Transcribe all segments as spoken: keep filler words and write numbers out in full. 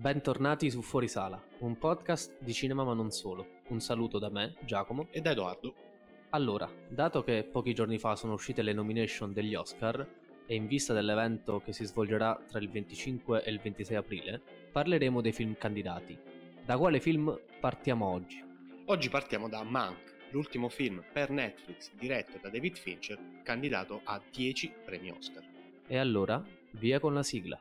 Bentornati su Fuorisala, un podcast di cinema ma non solo. Un saluto da me, Giacomo. E da Edoardo. Allora, dato che pochi giorni fa sono uscite le nomination degli Oscar e in vista dell'evento che si svolgerà tra il venticinque e il ventisei aprile, parleremo dei film candidati. Da quale film partiamo oggi? Oggi partiamo da Mank, l'ultimo film per Netflix diretto da David Fincher, candidato a dieci premi Oscar. E allora, via con la sigla.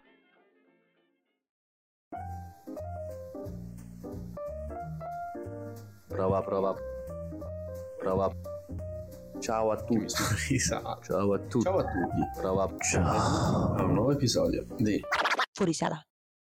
Prova, prova, prova. Ciao a tutti. Ciao a tutti. Ciao a tutti. Prova. Ciao. A un nuovo episodio di Fuorisala.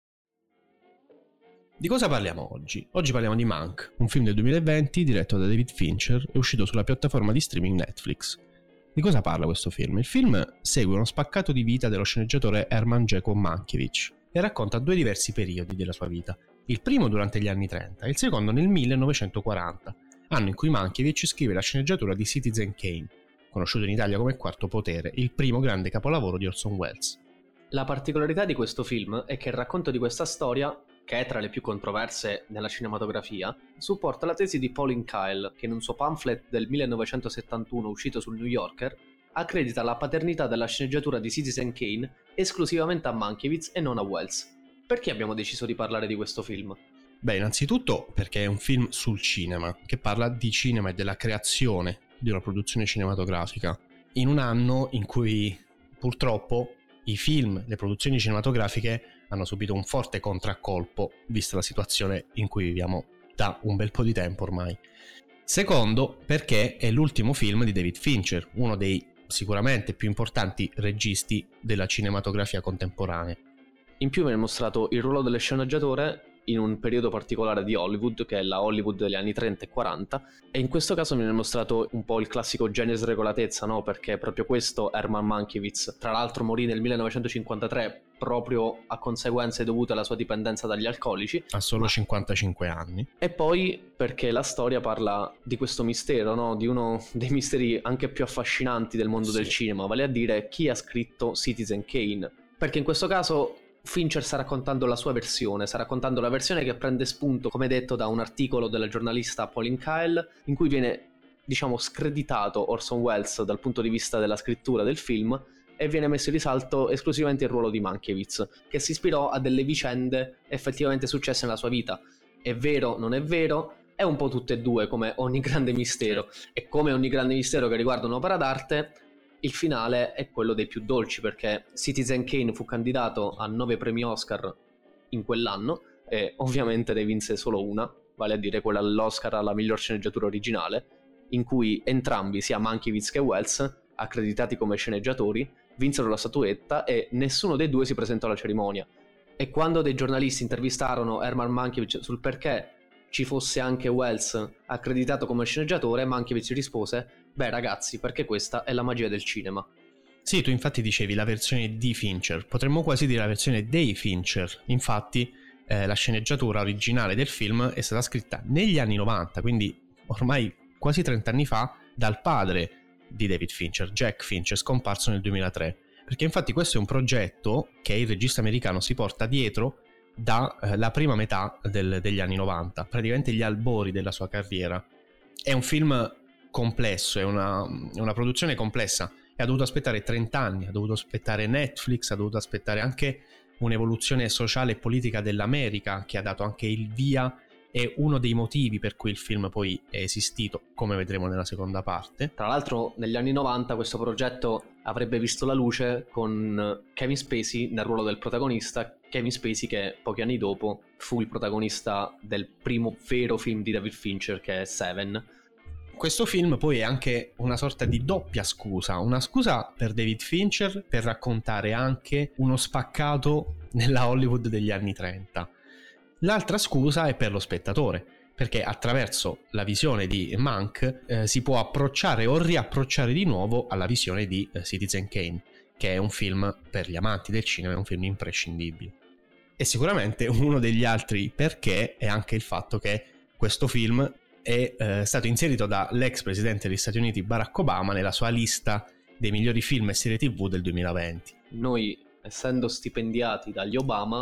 Di cosa parliamo oggi? Oggi parliamo di Mank, un film del duemilaventi diretto da David Fincher e uscito sulla piattaforma di streaming Netflix. Di cosa parla questo film? Il film segue uno spaccato di vita dello sceneggiatore Herman Jacob Mankiewicz e racconta due diversi periodi della sua vita. Il primo durante gli anni trenta e il secondo nel millenovecentoquaranta, anno in cui Mankiewicz scrive la sceneggiatura di Citizen Kane, conosciuto in Italia come Quarto Potere, il primo grande capolavoro di Orson Welles. La particolarità di questo film è che il racconto di questa storia, che è tra le più controverse nella cinematografia, supporta la tesi di Pauline Kael, che in un suo pamphlet del millenovecentosettantuno uscito sul New Yorker accredita la paternità della sceneggiatura di Citizen Kane esclusivamente a Mankiewicz e non a Welles. Perché abbiamo deciso di parlare di questo film? Beh, innanzitutto perché è un film sul cinema, che parla di cinema e della creazione di una produzione cinematografica, in un anno in cui purtroppo i film, le produzioni cinematografiche hanno subito un forte contraccolpo, vista la situazione in cui viviamo da un bel po' di tempo ormai. Secondo, perché è l'ultimo film di David Fincher, uno dei sicuramente più importanti registi della cinematografia contemporanea. In più viene mostrato il ruolo dello sceneggiatore in un periodo particolare di Hollywood, che è la Hollywood degli anni trenta e quaranta, e in questo caso viene mostrato un po' il classico genio sregolatezza, no? Perché proprio questo Herman Mankiewicz, tra l'altro, morì nel millenovecentocinquantatré proprio a conseguenze dovute alla sua dipendenza dagli alcolici. Ha solo ma... cinquantacinque anni. E poi perché la storia parla di questo mistero, no? Di uno dei misteri anche più affascinanti del mondo sì. del cinema, vale a dire chi ha scritto Citizen Kane. Perché in questo caso Fincher sta raccontando la sua versione, sta raccontando la versione che prende spunto, come detto, da un articolo della giornalista Pauline Kael, in cui viene, diciamo, screditato Orson Welles dal punto di vista della scrittura del film e viene messo in risalto esclusivamente il ruolo di Mankiewicz, che si ispirò a delle vicende effettivamente successe nella sua vita. È vero, non è vero? È un po' tutte e due, come ogni grande mistero. E come ogni grande mistero che riguarda un'opera d'arte, il finale è quello dei più dolci, perché Citizen Kane fu candidato a nove premi Oscar in quell'anno e ovviamente ne vinse solo una, vale a dire quella all'Oscar alla miglior sceneggiatura originale, in cui entrambi, sia Mankiewicz che Welles, accreditati come sceneggiatori, vinsero la statuetta e nessuno dei due si presentò alla cerimonia. E quando dei giornalisti intervistarono Herman Mankiewicz sul perché ci fosse anche Welles accreditato come sceneggiatore, Mankiewicz rispose: beh ragazzi, perché questa è la magia del cinema. Sì, tu infatti dicevi la versione di Fincher, potremmo quasi dire la versione dei Fincher. Infatti eh, la sceneggiatura originale del film è stata scritta negli anni novanta, quindi ormai quasi trenta anni fa, dal padre di David Fincher, Jack Fincher, scomparso nel duemilatré. Perché infatti questo è un progetto che il regista americano si porta dietro da eh, la prima metà del, degli anni novanta, praticamente gli albori della sua carriera. È un film complesso, è una, è una produzione complessa e ha dovuto aspettare trenta anni, ha dovuto aspettare Netflix, ha dovuto aspettare anche un'evoluzione sociale e politica dell'America che ha dato anche il via, è uno dei motivi per cui il film poi è esistito, come vedremo nella seconda parte. Tra l'altro negli anni novanta questo progetto avrebbe visto la luce con Kevin Spacey nel ruolo del protagonista, Kevin Spacey che pochi anni dopo fu il protagonista del primo vero film di David Fincher, che è Seven. Questo film poi è anche una sorta di doppia scusa, una scusa per David Fincher per raccontare anche uno spaccato nella Hollywood degli anni trenta. L'altra scusa è per lo spettatore, perché attraverso la visione di Mank eh, si può approcciare o riapprocciare di nuovo alla visione di eh, Citizen Kane, che è un film per gli amanti del cinema, è un film imprescindibile. E sicuramente uno degli altri perché è anche il fatto che questo film è eh, stato inserito dall'ex presidente degli Stati Uniti Barack Obama nella sua lista dei migliori film e serie tv del duemilaventi. Noi, essendo stipendiati dagli Obama,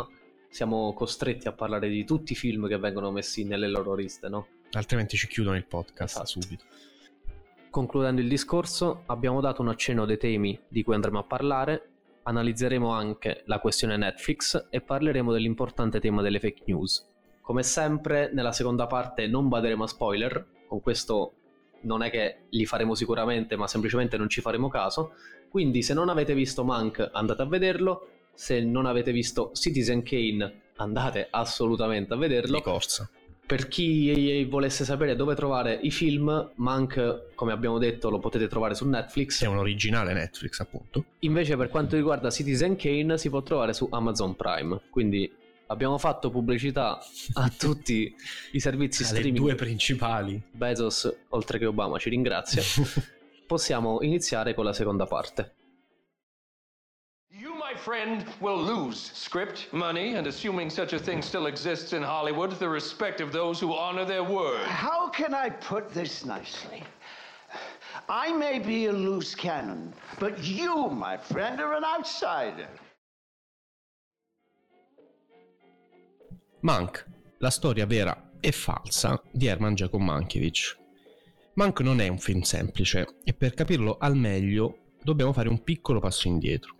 siamo costretti a parlare di tutti i film che vengono messi nelle loro liste, no? Altrimenti ci chiudono il podcast Esatto. subito. Concludendo il discorso, abbiamo dato un accenno dei temi di cui andremo a parlare, analizzeremo anche la questione Netflix e parleremo dell'importante tema delle fake news. Come sempre, nella seconda parte non baderemo a spoiler, con questo non è che li faremo sicuramente, ma semplicemente non ci faremo caso, quindi se non avete visto Mank andate a vederlo, se non avete visto Citizen Kane andate assolutamente a vederlo. Di corsa. Per chi volesse sapere dove trovare i film, Mank, come abbiamo detto, lo potete trovare su Netflix. È un originale Netflix, appunto. Invece per quanto riguarda Citizen Kane si può trovare su Amazon Prime, quindi abbiamo fatto pubblicità a tutti i servizi Alle streaming. due principali. Bezos, oltre che Obama, ci ringrazia. Possiamo iniziare con la seconda parte. You, my friend, will lose script, money, and assuming such a thing still exists in Hollywood, the respect of those who honor their word. How can I put this nicely? I may be a loose cannon, but you, my friend, are an outsider. Mank, la storia vera e falsa di Herman Jacob Mankiewicz. Mank non è un film semplice e per capirlo al meglio dobbiamo fare un piccolo passo indietro.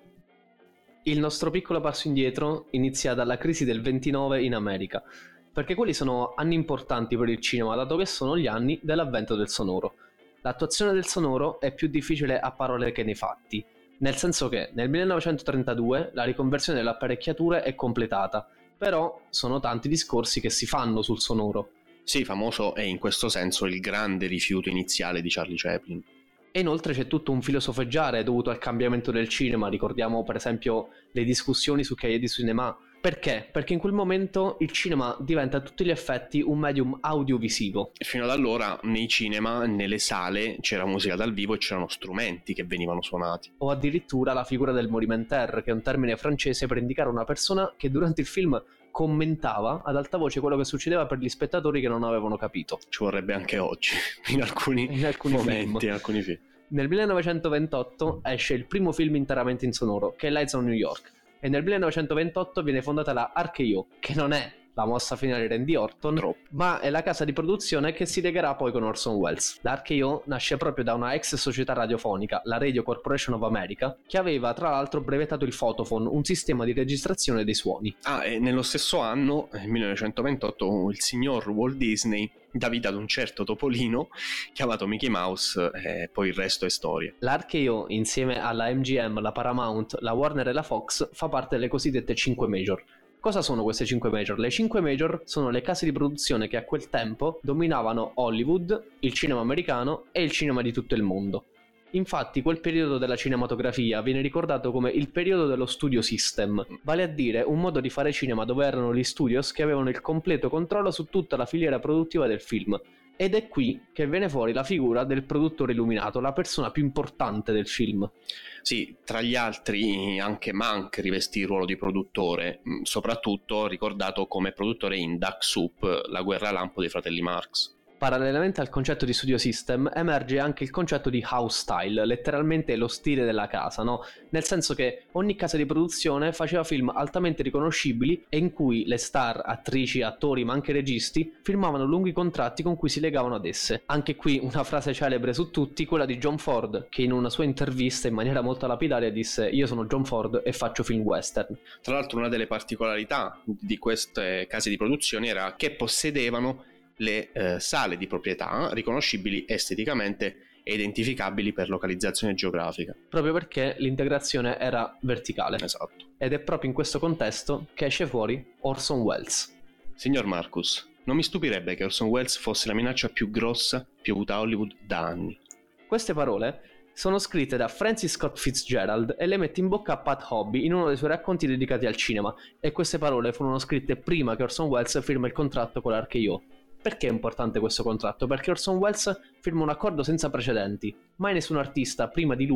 Il nostro piccolo passo indietro inizia dalla crisi del ventinove in America, perché quelli sono anni importanti per il cinema, dato che sono gli anni dell'avvento del sonoro. L'attuazione del sonoro è più difficile a parole che nei fatti, nel senso che nel millenovecentotrentadue la riconversione delle apparecchiature è completata, però sono tanti discorsi che si fanno sul sonoro. Sì, famoso è in questo senso il grande rifiuto iniziale di Charlie Chaplin. E inoltre c'è tutto un filosofeggiare dovuto al cambiamento del cinema, ricordiamo per esempio le discussioni su Cahiers du Cinéma. Perché? Perché in quel momento il cinema diventa a tutti gli effetti un medium audiovisivo. E fino ad allora nei cinema, nelle sale, c'era musica dal vivo e c'erano strumenti che venivano suonati. O addirittura la figura del monumentaire, che è un termine francese per indicare una persona che durante il film commentava ad alta voce quello che succedeva per gli spettatori che non avevano capito. Ci vorrebbe anche oggi, in alcuni, in alcuni momenti, film. in alcuni film. Nel millenovecentoventotto esce il primo film interamente in sonoro, che è Lights on New York, e nel millenovecentoventotto viene fondata la R K O, che non è la mossa finale di Randy Orton, Troppo. ma è la casa di produzione che si legherà poi con Orson Welles. La R K O nasce proprio da una ex società radiofonica, la Radio Corporation of America, che aveva tra l'altro brevettato il Photophone, un sistema di registrazione dei suoni. Ah, e nello stesso anno, nel millenovecentoventotto, il signor Walt Disney dà vita ad un certo topolino chiamato Mickey Mouse, e poi il resto è storia. La R K O, insieme alla M G M, la Paramount, la Warner e la Fox, fa parte delle cosiddette cinque major. Cosa sono queste cinque major? Le cinque major sono le case di produzione che a quel tempo dominavano Hollywood, il cinema americano e il cinema di tutto il mondo. Infatti quel periodo della cinematografia viene ricordato come il periodo dello studio system, vale a dire un modo di fare cinema dove erano gli studios che avevano il completo controllo su tutta la filiera produttiva del film. Ed è qui che viene fuori la figura del produttore illuminato, la persona più importante del film. Sì, tra gli altri anche Mank rivestì il ruolo di produttore, soprattutto ricordato come produttore in Duck Soup, la guerra lampo dei fratelli Marx. Parallelamente al concetto di studio system emerge anche il concetto di house style, letteralmente lo stile della casa, no? Nel senso che ogni casa di produzione faceva film altamente riconoscibili e in cui le star, attrici, attori ma anche registi firmavano lunghi contratti con cui si legavano ad esse. Anche qui una frase celebre su tutti, quella di John Ford, che in una sua intervista in maniera molto lapidaria disse: "Io sono John Ford e faccio film western". Tra l'altro una delle particolarità di queste case di produzione era che possedevano le eh, sale di proprietà riconoscibili esteticamente e identificabili per localizzazione geografica. Proprio perché l'integrazione era verticale. Esatto. Ed è proprio in questo contesto che esce fuori Orson Welles. Signor Marcus, non mi stupirebbe che Orson Welles fosse la minaccia più grossa piovuta a Hollywood da anni. Queste parole sono scritte da Francis Scott Fitzgerald e le mette in bocca a Pat Hobby in uno dei suoi racconti dedicati al cinema, e queste parole furono scritte prima che Orson Welles firma il contratto con l'R K O. Perché è importante questo contratto? Perché Orson Welles firma un accordo senza precedenti. Mai nessun artista prima di lui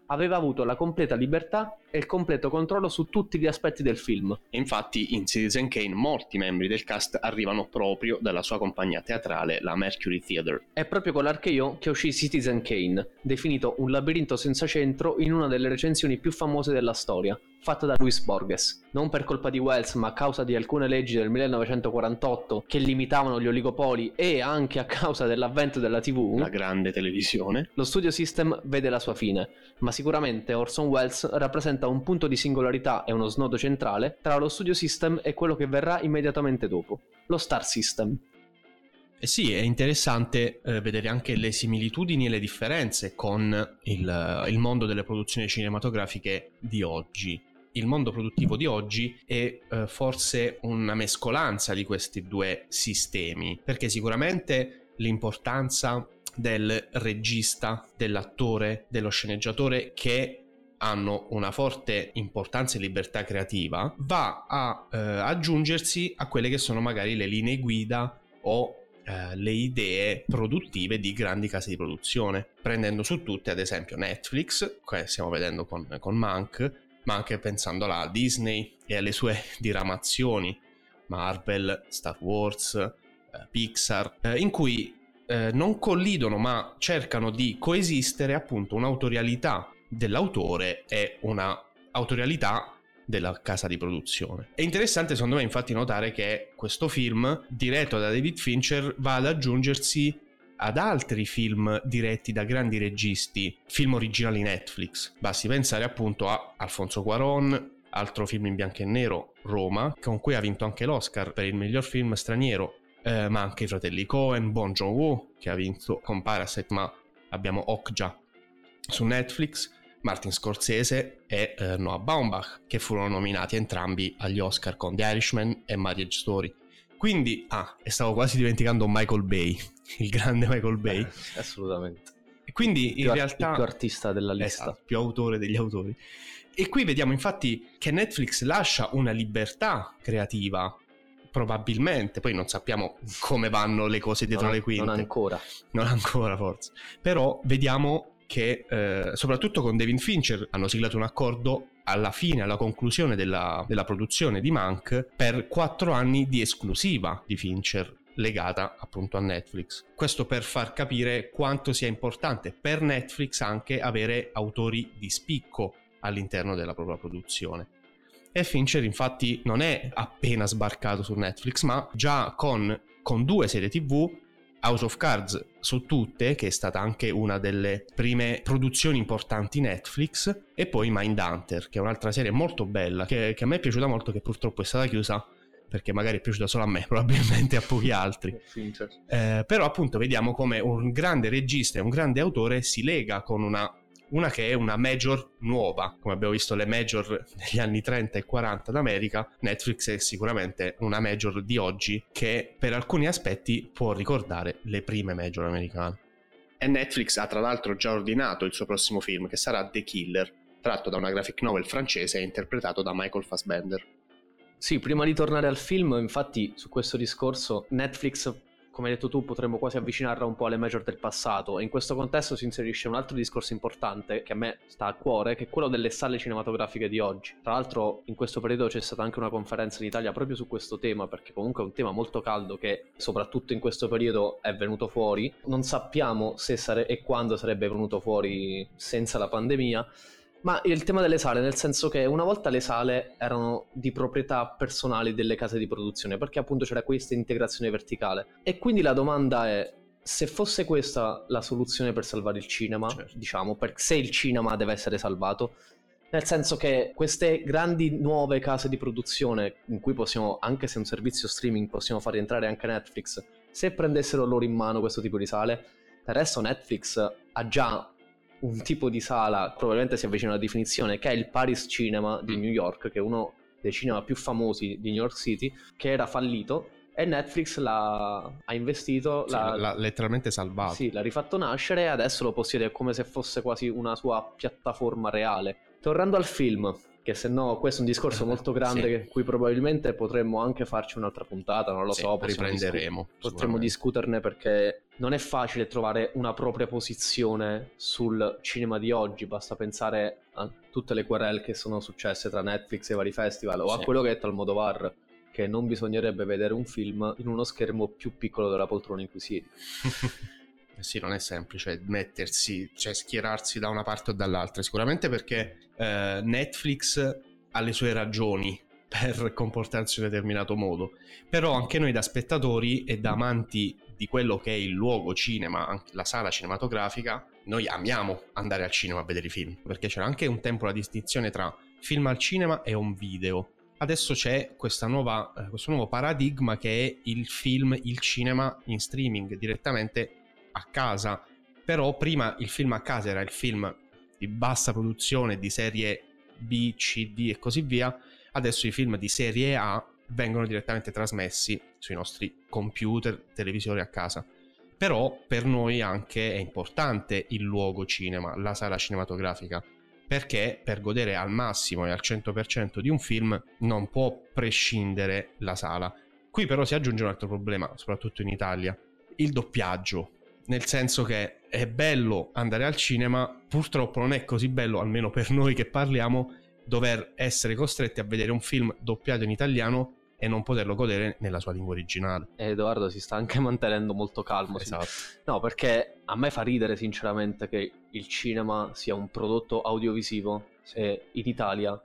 aveva avuto la completa libertà e il completo controllo su tutti gli aspetti del film. Infatti in Citizen Kane molti membri del cast arrivano proprio dalla sua compagnia teatrale, la Mercury Theatre. È proprio con l'Archeio che uscì Citizen Kane, definito un labirinto senza centro in una delle recensioni più famose della storia, fatta da Luis Borges. Non per colpa di Wells, ma a causa di alcune leggi del millenovecentoquarantotto che limitavano gli oligopoli e anche a causa dell'avvento della tivù, la grande televisione, lo studio system vede la sua fine, ma sicuramente Orson Welles rappresenta un punto di singolarità e uno snodo centrale tra lo studio system e quello che verrà immediatamente dopo, lo Star System. Eh sì, è interessante eh, vedere anche le similitudini e le differenze con il, il mondo delle produzioni cinematografiche di oggi. Il mondo produttivo di oggi è eh, forse una mescolanza di questi due sistemi, perché sicuramente l'importanza del regista, dell'attore, dello sceneggiatore, che hanno una forte importanza e libertà creativa, va a eh, aggiungersi a quelle che sono magari le linee guida o Uh, le idee produttive di grandi case di produzione, prendendo su tutte ad esempio Netflix, che stiamo vedendo con, con Mank, ma anche pensando alla Disney e alle sue diramazioni, Marvel, Star Wars, uh, Pixar, uh, in cui uh, non collidono ma cercano di coesistere appunto un'autorialità dell'autore e una autorialità della casa di produzione. È interessante secondo me infatti notare che questo film diretto da David Fincher va ad aggiungersi ad altri film diretti da grandi registi, film originali Netflix. Basti pensare appunto a Alfonso Cuarón, altro film in bianco e nero, Roma, con cui ha vinto anche l'Oscar per il miglior film straniero, eh, ma anche i fratelli Coen, Bong Joon-ho che ha vinto con Parasite, ma abbiamo Okja su Netflix, Martin Scorsese e eh, Noah Baumbach, che furono nominati entrambi agli Oscar con The Irishman e Marriage Story. Quindi, ah, e stavo quasi dimenticando Michael Bay, il grande Michael Bay. Eh, assolutamente. E quindi più in ar- realtà... il più artista della lista. Esatto, più autore degli autori. E qui vediamo infatti che Netflix lascia una libertà creativa, probabilmente, poi non sappiamo come vanno le cose dietro non, le quinte. Non ancora. Non ancora forse. Però vediamo che eh, soprattutto con David Fincher hanno siglato un accordo alla fine, alla conclusione della, della produzione di Mank, per quattro anni di esclusiva di Fincher legata appunto a Netflix. Questo per far capire quanto sia importante per Netflix anche avere autori di spicco all'interno della propria produzione. E Fincher infatti non è appena sbarcato su Netflix, ma già con, con due serie tv, House of Cards su tutte, che è stata anche una delle prime produzioni importanti Netflix, e poi Mindhunter, che è un'altra serie molto bella, che, che a me è piaciuta molto, che purtroppo è stata chiusa, perché magari è piaciuta solo a me, probabilmente a pochi altri. Eh, però appunto vediamo come un grande regista e un grande autore si lega con una, una che è una major nuova. Come abbiamo visto le major degli anni trenta e quaranta d'America, Netflix è sicuramente una major di oggi che per alcuni aspetti può ricordare le prime major americane. E Netflix ha tra l'altro già ordinato il suo prossimo film, che sarà The Killer, tratto da una graphic novel francese e interpretato da Michael Fassbender. Sì, prima di tornare al film, infatti, su questo discorso, Netflix, come hai detto tu, potremmo quasi avvicinarla un po' alle major del passato, e in questo contesto si inserisce un altro discorso importante che a me sta a cuore, che è quello delle sale cinematografiche di oggi. Tra l'altro in questo periodo c'è stata anche una conferenza in Italia proprio su questo tema, perché comunque è un tema molto caldo che soprattutto in questo periodo è venuto fuori. Non sappiamo se sare- e quando sarebbe venuto fuori senza la pandemia, ma il tema delle sale, nel senso che una volta le sale erano di proprietà personali delle case di produzione, perché appunto c'era questa integrazione verticale. E quindi la domanda è: se fosse questa la soluzione per salvare il cinema, certo. diciamo, per, se il cinema deve essere salvato, nel senso che queste grandi nuove case di produzione, in cui possiamo, anche se è un servizio streaming, possiamo far entrare anche Netflix, se prendessero loro in mano questo tipo di sale, adesso Netflix ha già un tipo di sala, probabilmente si avvicina alla definizione, che è il Paris Cinema di New York, che è uno dei cinema più famosi di New York City, che era fallito, e Netflix l'ha ha investito, sì, l'ha, l'ha letteralmente salvato. Sì, l'ha rifatto nascere e adesso lo possiede come se fosse quasi una sua piattaforma reale. Tornando al film, che se no questo è un discorso molto grande sì. che cui probabilmente potremmo anche farci un'altra puntata, non lo sì, so, riprenderemo. Discu- potremmo discuterne, perché non è facile trovare una propria posizione sul cinema di oggi, basta pensare a tutte le querelle che sono successe tra Netflix e i vari festival, o sì. a quello che è detto Almodovar, che non bisognerebbe vedere un film in uno schermo più piccolo della poltrona in cui siedi. Sì, non è semplice mettersi, cioè schierarsi da una parte o dall'altra, sicuramente perché eh, Netflix ha le sue ragioni per comportarsi in un determinato modo, però anche noi da spettatori e da amanti di quello che è il luogo cinema, anche la sala cinematografica, noi amiamo andare al cinema a vedere i film, perché c'era anche un tempo la distinzione tra film al cinema e un video. Adesso c'è questa nuova, eh, questo nuovo paradigma che è il film, il cinema in streaming direttamente a casa. Però prima il film a casa era il film di bassa produzione, di serie B, C, D e così via. Adesso i film di serie A vengono direttamente trasmessi sui nostri computer, televisori a casa. Però per noi anche è importante il luogo cinema, la sala cinematografica, perché per godere al massimo e al cento per cento di un film non può prescindere la sala. Qui però si aggiunge un altro problema, soprattutto in Italia, il doppiaggio. Nel senso che è bello andare al cinema, purtroppo non è così bello, almeno per noi che parliamo, dover essere costretti a vedere un film doppiato in italiano e non poterlo godere nella sua lingua originale. Edoardo si sta anche mantenendo molto calmo. Esatto. Sì. No, perché a me fa ridere sinceramente che il cinema sia un prodotto audiovisivo sì. e in Italia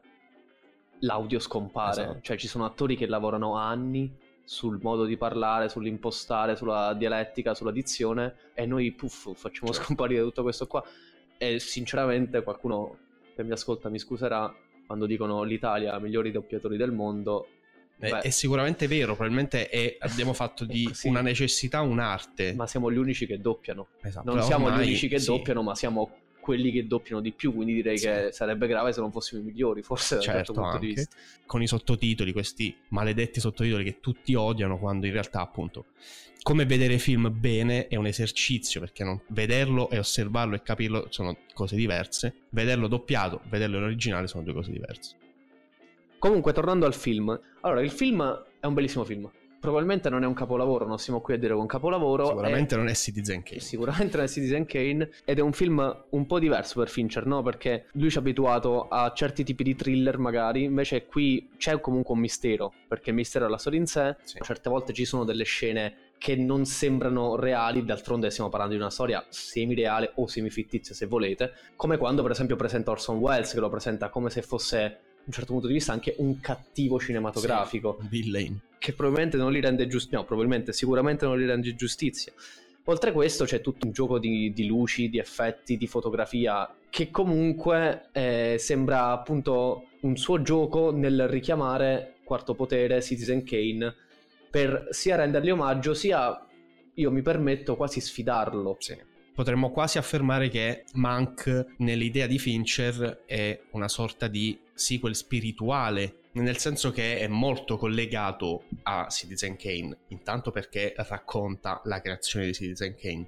l'audio scompare. Esatto. Cioè ci sono attori che lavorano anni sul modo di parlare, sull'impostare, sulla dialettica, sulla dizione, e noi puff facciamo certo. scomparire tutto questo qua. E sinceramente qualcuno che mi ascolta mi scuserà quando dicono l'Italia ha i migliori doppiatori del mondo. Beh, è sicuramente vero, probabilmente è, abbiamo fatto di sì. una necessità un'arte. Ma siamo gli unici che doppiano. Esatto. Non Però siamo ormai, gli unici che sì. doppiano, ma siamo quelli che doppiano di più, quindi direi sì. che sarebbe grave se non fossimo i migliori, forse da certo, un certo punto anche. di vista. Con i sottotitoli, questi maledetti sottotitoli che tutti odiano, quando in realtà appunto come vedere film bene è un esercizio, perché non, vederlo e osservarlo e capirlo sono cose diverse, vederlo doppiato, vederlo in originale sono due cose diverse. Comunque, tornando al film, allora il film è un bellissimo film. Probabilmente non è un capolavoro, non siamo qui a dire che è un capolavoro. Sicuramente è... non è Citizen Kane. Sicuramente non è Citizen Kane, ed è un film un po' diverso per Fincher, no? Perché lui ci ha abituato a certi tipi di thriller magari, invece qui c'è comunque un mistero, perché il mistero è la storia in sé. Sì. Certe volte ci sono delle scene che non sembrano reali, d'altronde stiamo parlando di una storia semi-reale o semi-fittizia se volete, come quando per esempio presenta Orson Welles, che lo presenta come se fosse, da un certo punto di vista, anche un cattivo cinematografico, sì, villain, che probabilmente non gli rende giustizia, no, probabilmente, sicuramente non gli rende giustizia. Oltre a questo c'è tutto un gioco di, di luci, di effetti, di fotografia, che comunque eh, sembra appunto un suo gioco nel richiamare Quarto Potere, Citizen Kane, per sia rendergli omaggio, sia, io mi permetto, quasi sfidarlo. Sì. Potremmo quasi affermare che Mank nell'idea di Fincher è una sorta di sequel spirituale, nel senso che è molto collegato a Citizen Kane, intanto perché racconta la creazione di Citizen Kane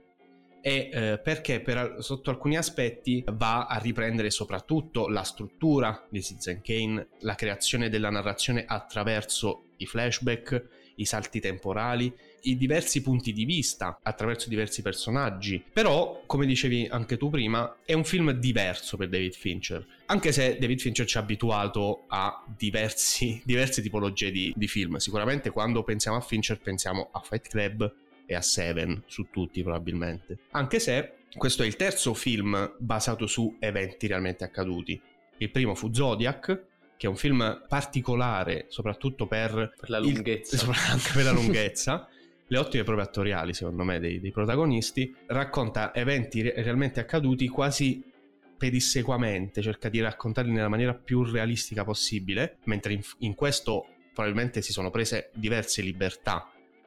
e eh, perché per, sotto alcuni aspetti va a riprendere soprattutto la struttura di Citizen Kane, la creazione della narrazione attraverso i flashback, i salti temporali, i diversi punti di vista attraverso diversi personaggi. Però, come dicevi anche tu prima, è un film diverso per David Fincher, anche se David Fincher ci ha abituato a diversi, diverse tipologie di, di film. Sicuramente quando pensiamo a Fincher pensiamo a Fight Club e a Seven, su tutti probabilmente, anche se questo è il terzo film basato su eventi realmente accaduti. Il primo fu Zodiac, che è un film particolare soprattutto per, per la lunghezza, il, anche per la lunghezza, le ottime prove attoriali secondo me dei, dei protagonisti, racconta eventi re- realmente accaduti quasi pedissequamente, cerca di raccontarli nella maniera più realistica possibile, mentre in, in questo probabilmente si sono prese diverse libertà.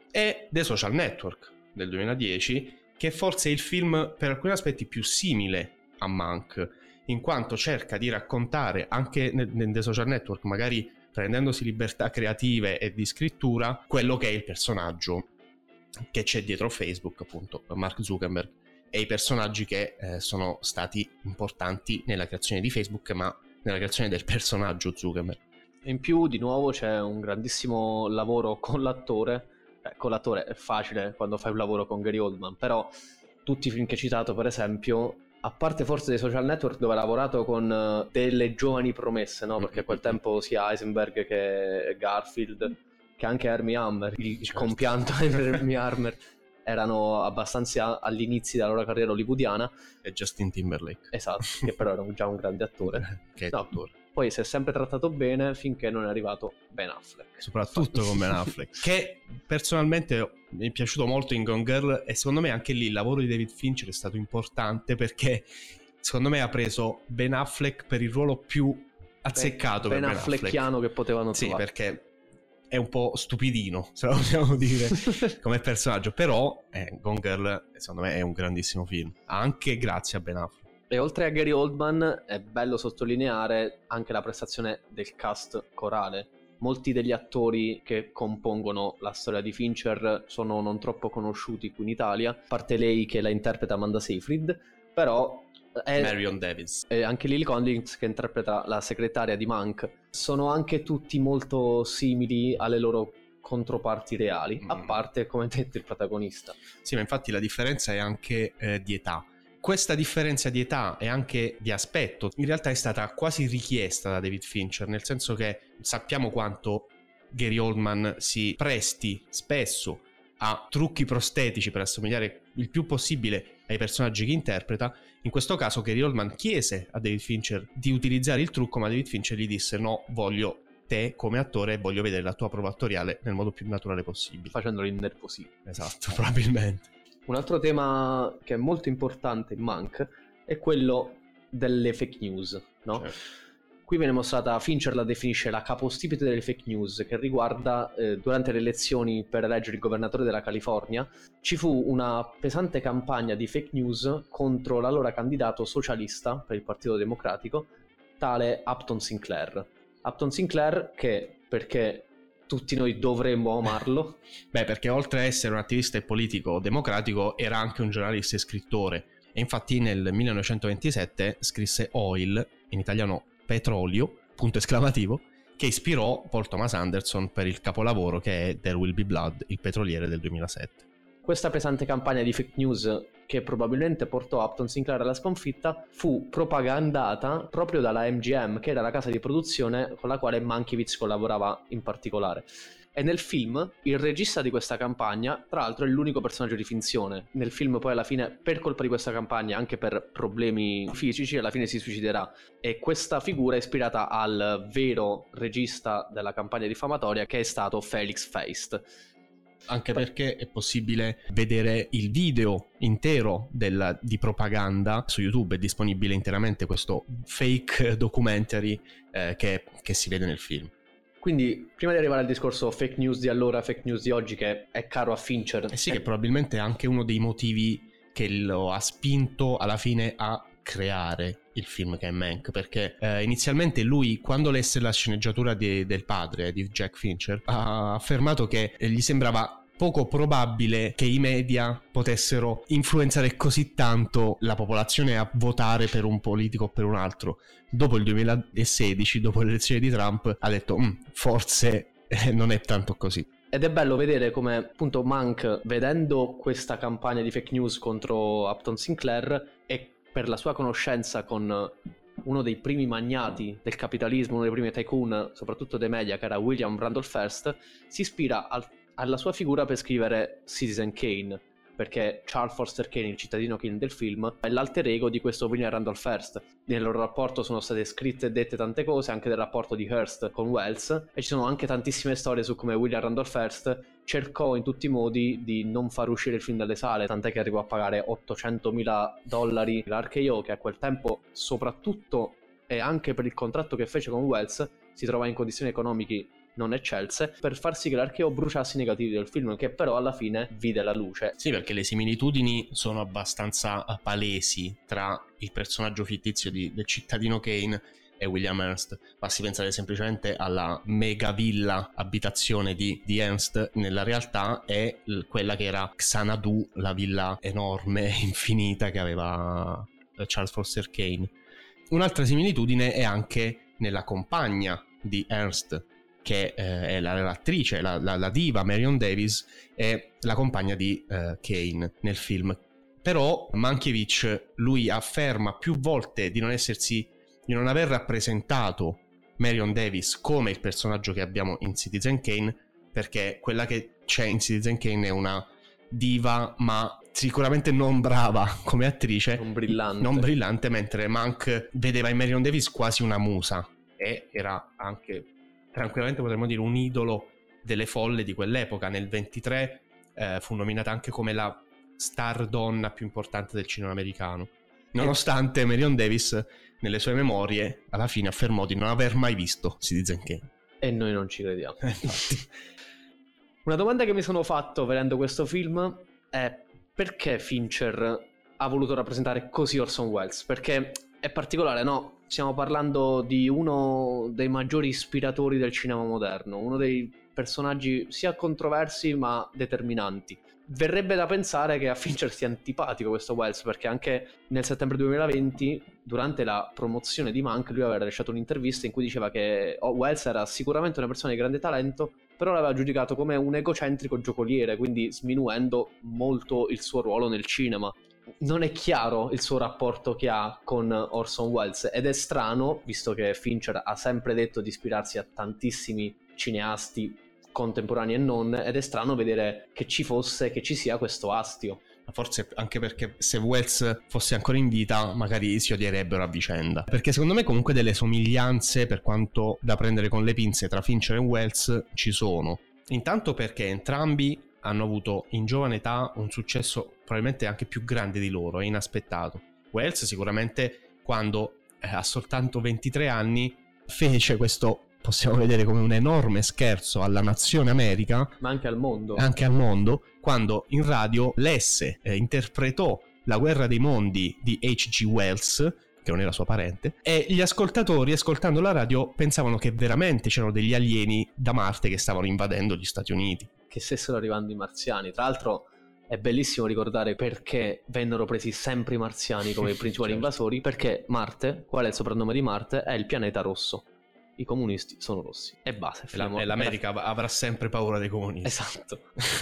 E The Social Network del duemiladieci, che forse è il film per alcuni aspetti più simile a Mank, in quanto cerca di raccontare anche nel, nel The Social Network, magari prendendosi libertà creative e di scrittura, quello che è il personaggio che c'è dietro Facebook, appunto Mark Zuckerberg, e i personaggi che eh, sono stati importanti nella creazione di Facebook, ma nella creazione del personaggio Zuckerberg. In più, di nuovo, c'è un grandissimo lavoro con l'attore. Eh, con l'attore è facile quando fai un lavoro con Gary Oldman, però tutti i film che hai citato, per esempio, a parte forse dei Social Network, dove ha lavorato con uh, delle giovani promesse, no? Perché a quel tempo sia Heisenberg che Garfield, che anche Armie Hammer, il certo. compianto Armie Hammer, erano abbastanza all'inizio della loro carriera hollywoodiana. E Justin Timberlake. Esatto, che però era già un grande attore. che è no, attore. Poi si è sempre trattato bene finché non è arrivato Ben Affleck. Soprattutto con Ben Affleck, che personalmente mi è piaciuto molto in Gone Girl, e secondo me anche lì il lavoro di David Fincher è stato importante, perché secondo me ha preso Ben Affleck per il ruolo più azzeccato ben, per Ben Affleckiano Affleck. che potevano sì, trovare. Perché è un po' stupidino, se lo possiamo dire, come personaggio, però eh, Gone Girl secondo me è un grandissimo film, anche grazie a Ben Affleck. E oltre a Gary Oldman è bello sottolineare anche la prestazione del cast corale. Molti degli attori che compongono la storia di Fincher sono non troppo conosciuti qui in Italia, a parte lei che la interpreta Amanda Seyfried, però è Marion Davies e anche Lily Collins che interpreta la segretaria di Mank. Sono anche tutti molto simili alle loro controparti reali, mm. a parte, come detto, il protagonista. Sì, ma infatti la differenza è anche eh, di età. Questa differenza di età e anche di aspetto in realtà è stata quasi richiesta da David Fincher, nel senso che sappiamo quanto Gary Oldman si presti spesso a trucchi prostetici per assomigliare il più possibile ai personaggi che interpreta. In questo caso Gary Oldman chiese a David Fincher di utilizzare il trucco, ma David Fincher gli disse no, voglio te come attore e voglio vedere la tua prova attoriale nel modo più naturale possibile, facendolo innervosire. Esatto, probabilmente. Un altro tema che è molto importante in Mank è quello delle fake news, no? Certo. Qui viene mostrata, Fincher la definisce la capostipite delle fake news, che riguarda eh, durante le elezioni per eleggere il governatore della California ci fu una pesante campagna di fake news contro l'allora candidato socialista per il Partito Democratico, tale Upton Sinclair. Upton Sinclair che, perché tutti noi dovremmo amarlo? Beh, perché oltre a essere un attivista e politico democratico era anche un giornalista e scrittore, e infatti nel millenovecentoventisette scrisse Oil, in italiano petrolio, punto esclamativo, che ispirò Paul Thomas Anderson per il capolavoro che è There Will Be Blood, il petroliere del duemilasette. Questa pesante campagna di fake news, che probabilmente portò Upton Sinclair alla sconfitta, fu propagandata proprio dalla M G M, che era la casa di produzione con la quale Mankiewicz collaborava in particolare. E nel film il regista di questa campagna, tra l'altro, è l'unico personaggio di finzione. Nel film poi alla fine, per colpa di questa campagna, anche per problemi fisici, alla fine si suiciderà. E questa figura è ispirata al vero regista della campagna diffamatoria, che è stato Felix Feist. Anche perché è possibile vedere il video intero della, di propaganda su YouTube, è disponibile interamente questo fake documentary eh, che, che si vede nel film. Quindi, prima di arrivare al discorso fake news di allora, fake news di oggi, che è caro a Fincher. Eh sì, è... che probabilmente è anche uno dei motivi che lo ha spinto alla fine a creare il film che è Mank, perché eh, inizialmente lui, quando lesse la sceneggiatura di, del padre di Jack Fincher, ha affermato che eh, gli sembrava poco probabile che i media potessero influenzare così tanto la popolazione a votare per un politico o per un altro. Dopo il duemilasedici, dopo le elezioni di Trump, ha detto forse eh, non è tanto così. Ed è bello vedere come, appunto, Mank, vedendo questa campagna di fake news contro Upton Sinclair e per la sua conoscenza con uno dei primi magnati del capitalismo, uno dei primi tycoon, soprattutto dei media, che era William Randolph Hearst, si ispira al, alla sua figura per scrivere Citizen Kane, perché Charles Foster Kane, il cittadino Kane del film, è l'alter ego di questo William Randolph Hearst. Nel loro rapporto sono state scritte e dette tante cose, anche del rapporto di Hearst con Wells, e ci sono anche tantissime storie su come William Randolph Hearst cercò in tutti i modi di non far uscire il film dalle sale, tant'è che arrivò a pagare ottocentomila dollari l'R K O, che a quel tempo, soprattutto e anche per il contratto che fece con Wells, si trovava in condizioni economiche non eccelse, per far sì che l'R K O bruciasse i negativi del film, che però alla fine vide la luce. Sì, perché le similitudini sono abbastanza palesi tra il personaggio fittizio di, del cittadino Kane e William Ernst. Basti pensare semplicemente alla mega villa abitazione di, di Ernst, nella realtà è l- quella che era Xanadu, la villa enorme, infinita che aveva Charles Foster Kane, un'altra similitudine è anche nella compagna di Ernst, che eh, è la, l'attrice, la, la, la diva Marion Davies, è la compagna di eh, Kane nel film. Però Mankiewicz, lui afferma più volte di non essersi, di non aver rappresentato Marion Davies come il personaggio che abbiamo in Citizen Kane, perché quella che c'è in Citizen Kane è una diva, ma sicuramente non brava come attrice, non brillante, non brillante mentre Mank vedeva in Marion Davies quasi una musa, e era anche, tranquillamente potremmo dire, un idolo delle folle di quell'epoca. Nel ventitré eh, fu nominata anche come la star donna più importante del cinema americano, nonostante Marion Davies nelle sue memorie alla fine affermò di non aver mai visto Citizen Kane. E noi non ci crediamo. Una domanda che mi sono fatto vedendo questo film è: perché Fincher ha voluto rappresentare così Orson Welles? Perché è particolare, no? Stiamo parlando di uno dei maggiori ispiratori del cinema moderno, uno dei personaggi sia controversi ma determinanti. Verrebbe da pensare che a Fincher sia antipatico questo Welles, perché anche nel settembre duemilaventi, durante la promozione di Mank, lui aveva lasciato un'intervista in cui diceva che oh, Welles era sicuramente una persona di grande talento, però l'aveva giudicato come un egocentrico giocoliere, quindi sminuendo molto il suo ruolo nel cinema. Non è chiaro il suo rapporto che ha con Orson Welles, ed è strano, visto che Fincher ha sempre detto di ispirarsi a tantissimi cineasti contemporanei e non, ed è strano vedere che ci fosse, che ci sia questo astio. Forse anche perché se Welles fosse ancora in vita magari si odierebbero a vicenda, perché secondo me comunque delle somiglianze, per quanto da prendere con le pinze, tra Fincher e Welles ci sono. Intanto perché entrambi hanno avuto in giovane età un successo probabilmente anche più grande di loro, è inaspettato. Welles sicuramente quando eh, ha soltanto ventitré anni fece questo, possiamo vedere come un enorme scherzo alla nazione America, ma anche al mondo, anche al mondo, quando in radio lesse, eh, interpretò La guerra dei mondi di H G Wells, che non era suo parente, e gli ascoltatori, ascoltando la radio, pensavano che veramente c'erano degli alieni da Marte che stavano invadendo gli Stati Uniti, che stessero arrivando i marziani. Tra l'altro è bellissimo ricordare perché vennero presi sempre i marziani come i principali certo. invasori, perché Marte, qual è il soprannome di Marte? È il pianeta rosso. I comunisti sono rossi e basta. E, la, e l'America era... avrà sempre paura dei comunisti. Esatto.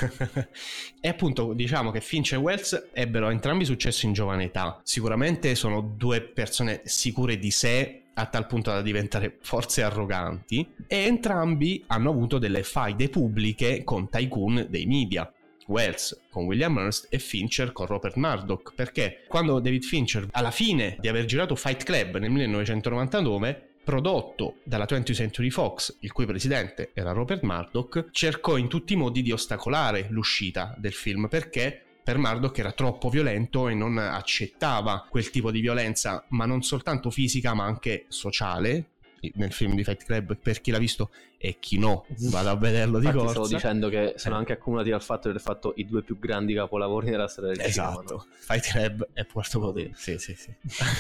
E appunto diciamo che Fincher e Welles ebbero entrambi successo in giovane età. Sicuramente sono due persone sicure di sé a tal punto da diventare forse arroganti, e entrambi hanno avuto delle faide pubbliche con tycoon dei media. Welles con William Hearst e Fincher con Rupert Murdoch, perché quando David Fincher, alla fine di aver girato Fight Club nel millenovecentonovantanove, prodotto dalla twentieth Century Fox, il cui presidente era Rupert Murdoch, cercò in tutti i modi di ostacolare l'uscita del film, perché per Murdoch era troppo violento e non accettava quel tipo di violenza, ma non soltanto fisica ma anche sociale, nel film di Fight Club, per chi l'ha visto e chi no vada a vederlo di corsa. Stavo dicendo che sono eh. anche accumulati dal fatto di aver fatto i due più grandi capolavori della storia del esatto. cinema, no? Fight Club e Puerto Potere. Sì, sì, sì.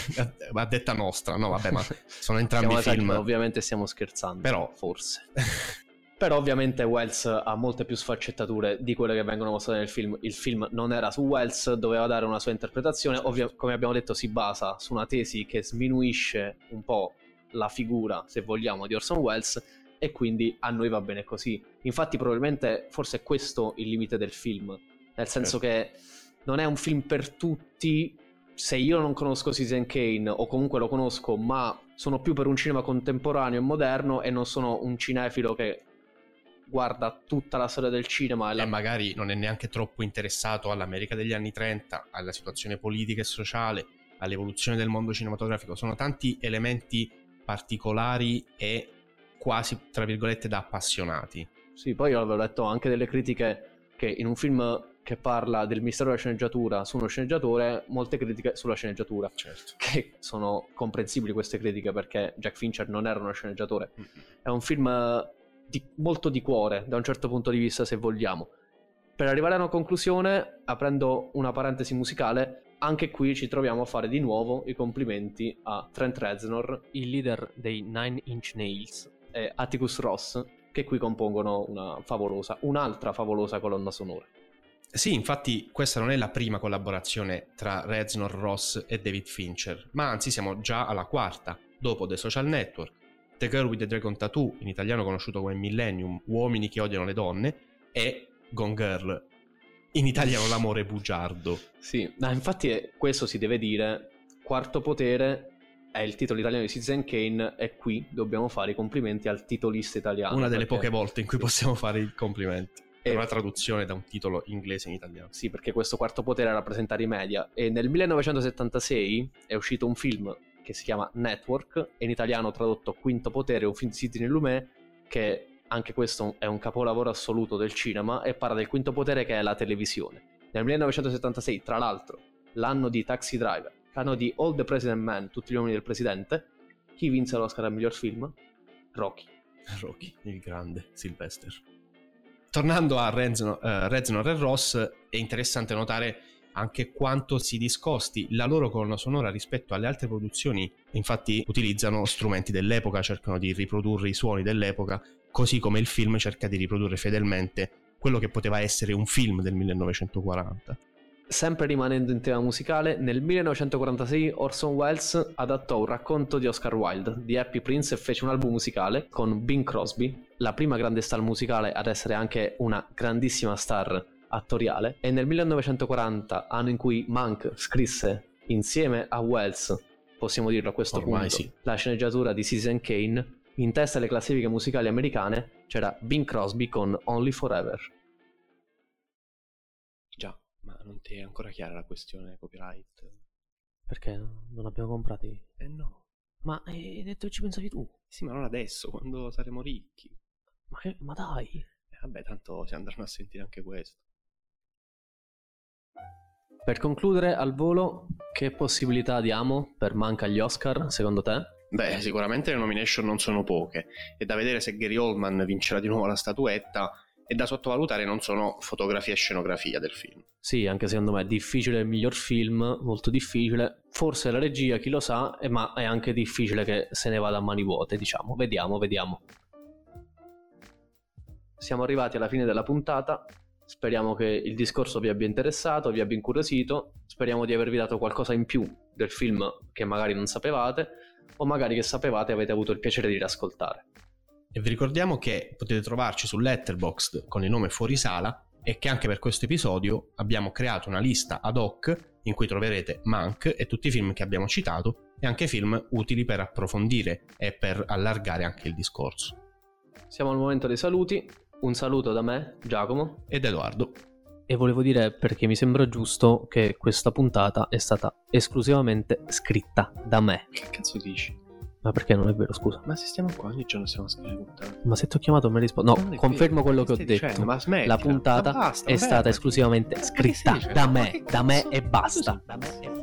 Ma detta nostra, no vabbè, ma sono entrambi stiamo film. Ovviamente stiamo scherzando, però forse. Però ovviamente Welles ha molte più sfaccettature di quelle che vengono mostrate nel film. Il film non era su Welles, doveva dare una sua interpretazione. Ovvio, come abbiamo detto, si basa su una tesi che sminuisce un po' la figura, se vogliamo, di Orson Welles, e quindi a noi va bene così. Infatti probabilmente forse è questo il limite del film, nel senso certo. che non è un film per tutti. Se io non conosco Citizen Kane, o comunque lo conosco ma sono più per un cinema contemporaneo e moderno e non sono un cinefilo che guarda tutta la storia del cinema e, la... e magari non è neanche troppo interessato all'America degli anni trenta, alla situazione politica e sociale, all'evoluzione del mondo cinematografico, sono tanti elementi particolari e quasi, tra virgolette, da appassionati. Sì, poi io avevo letto anche delle critiche che in un film che parla del mistero della sceneggiatura su uno sceneggiatore, molte critiche sulla sceneggiatura, certo. che sono comprensibili queste critiche, perché Jack Fincher non era uno sceneggiatore. Mm-hmm. È un film di, molto di cuore da un certo punto di vista, se vogliamo. Per arrivare a una conclusione, aprendo una parentesi musicale, anche qui ci troviamo a fare di nuovo i complimenti a Trent Reznor, il leader dei Nine Inch Nails, e Atticus Ross, che qui compongono una favolosa, un'altra favolosa colonna sonora. Sì, infatti questa non è la prima collaborazione tra Reznor, Ross e David Fincher, ma anzi siamo già alla quarta, dopo The Social Network, The Girl with the Dragon Tattoo, in italiano conosciuto come Millennium, Uomini che odiano le donne, e Gone Girl, in italiano L'amore bugiardo. Sì, no, infatti è, questo si deve dire, Quarto Potere è il titolo italiano di Citizen Kane, e qui dobbiamo fare i complimenti al titolista italiano. Una delle perché... poche volte in cui possiamo fare i complimenti. È E... una traduzione da un titolo inglese in italiano. Sì, perché questo Quarto Potere rappresenta i media, e nel millenovecentosettantasei è uscito un film che si chiama Network, e in italiano tradotto Quinto Potere, un film di Sidney Lumet, che anche questo è un capolavoro assoluto del cinema e parla del quinto potere, che è la televisione. Nel millenovecentosettantasei, tra l'altro, l'anno di Taxi Driver, l'anno di All the President Men, tutti gli uomini del presidente, chi vinse l'Oscar al miglior film? Rocky. Rocky, il grande Sylvester. Tornando a Reznor, uh, Reznor e Ross, è interessante notare anche quanto si discosti la loro colonna sonora rispetto alle altre produzioni. Infatti utilizzano strumenti dell'epoca, cercano di riprodurre i suoni dell'epoca, così come il film cerca di riprodurre fedelmente quello che poteva essere un film del millenovecentoquaranta. Sempre rimanendo in tema musicale, nel millenovecentoquarantasei Orson Welles adattò un racconto di Oscar Wilde, The Happy Prince, e fece un album musicale con Bing Crosby, la prima grande star musicale ad essere anche una grandissima star attoriale, e nel millenovecentoquaranta, anno in cui Mank scrisse insieme a Welles, possiamo dirlo a questo Ormai punto, sì, la sceneggiatura di Citizen Kane, in testa alle classifiche musicali americane c'era Bing Crosby con Only Forever. Già, ma non ti è ancora chiara la questione copyright? Perché non abbiamo comprati? Eh no. Ma hai detto che ci pensavi tu? Sì, ma non adesso, quando saremo ricchi. Ma, che, ma dai! Eh, vabbè, tanto si andranno a sentire anche questo. Per concludere, al volo, che possibilità diamo per Mank agli Oscar, secondo te? Beh, sicuramente le nomination non sono poche. È da vedere se Gary Oldman vincerà di nuovo la statuetta, e da sottovalutare non sono fotografia e scenografia del film. Sì, anche secondo me è difficile il miglior film, molto difficile. Forse la regia, chi lo sa, eh, ma è anche difficile che se ne vada a mani vuote, diciamo. Vediamo, vediamo. Siamo arrivati alla fine della puntata. Speriamo che il discorso vi abbia interessato, vi abbia incuriosito. Speriamo di avervi dato qualcosa in più del film che magari non sapevate, o magari che sapevate e avete avuto il piacere di riascoltare. E vi ricordiamo che potete trovarci su Letterboxd con il nome Fuorisala, e che anche per questo episodio abbiamo creato una lista ad hoc in cui troverete Mank e tutti i film che abbiamo citato, e anche film utili per approfondire e per allargare anche il discorso. Siamo al momento dei saluti. Un saluto da me, Giacomo. Ed Edoardo. E volevo dire, perché mi sembra giusto, che questa puntata è stata esclusivamente scritta da me. Che cazzo dici? Ma perché non è vero, scusa? Ma se stiamo qua ogni giorno stiamo scrivendo puntata. Ma se ti ho chiamato mi hai risposto. No, confermo quello che ho detto. Dicendo, ma smettila, la puntata ma basta, è stata esclusivamente scritta da me, da me e basta. Da me e